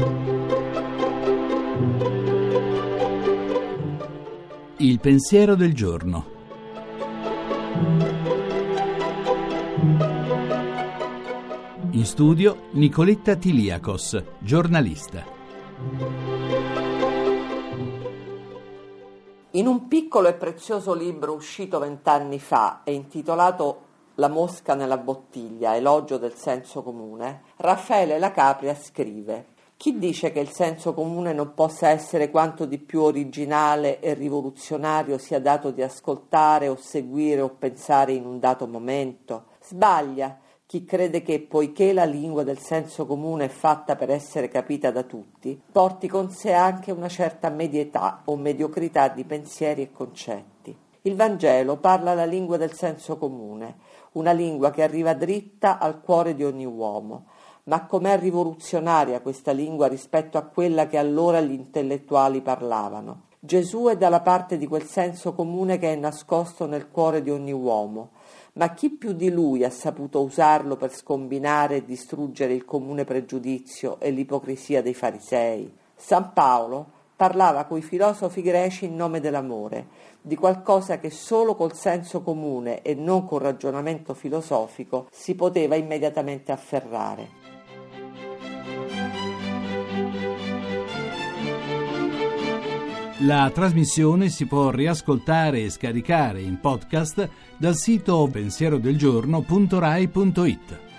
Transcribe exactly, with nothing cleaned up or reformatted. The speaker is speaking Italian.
Il pensiero del giorno. In studio Nicoletta Tiliakos, giornalista. In un piccolo e prezioso libro uscito vent'anni fa e intitolato La mosca nella bottiglia, elogio del senso comune, Raffaele La Capria scrive: chi dice che il senso comune non possa essere quanto di più originale e rivoluzionario sia dato di ascoltare o seguire o pensare in un dato momento? Sbaglia chi crede che, poiché la lingua del senso comune è fatta per essere capita da tutti, porti con sé anche una certa medietà o mediocrità di pensieri e concetti. Il Vangelo parla la lingua del senso comune, una lingua che arriva dritta al cuore di ogni uomo. Ma com'è rivoluzionaria questa lingua rispetto a quella che allora gli intellettuali parlavano. Gesù è dalla parte di quel senso comune che è nascosto nel cuore di ogni uomo, ma chi più di lui ha saputo usarlo per scombinare e distruggere il comune pregiudizio e l'ipocrisia dei farisei? San Paolo parlava coi filosofi greci in nome dell'amore, di qualcosa che solo col senso comune e non col ragionamento filosofico si poteva immediatamente afferrare. La trasmissione si può riascoltare e scaricare in podcast dal sito pensierodelgiorno punto rai punto it.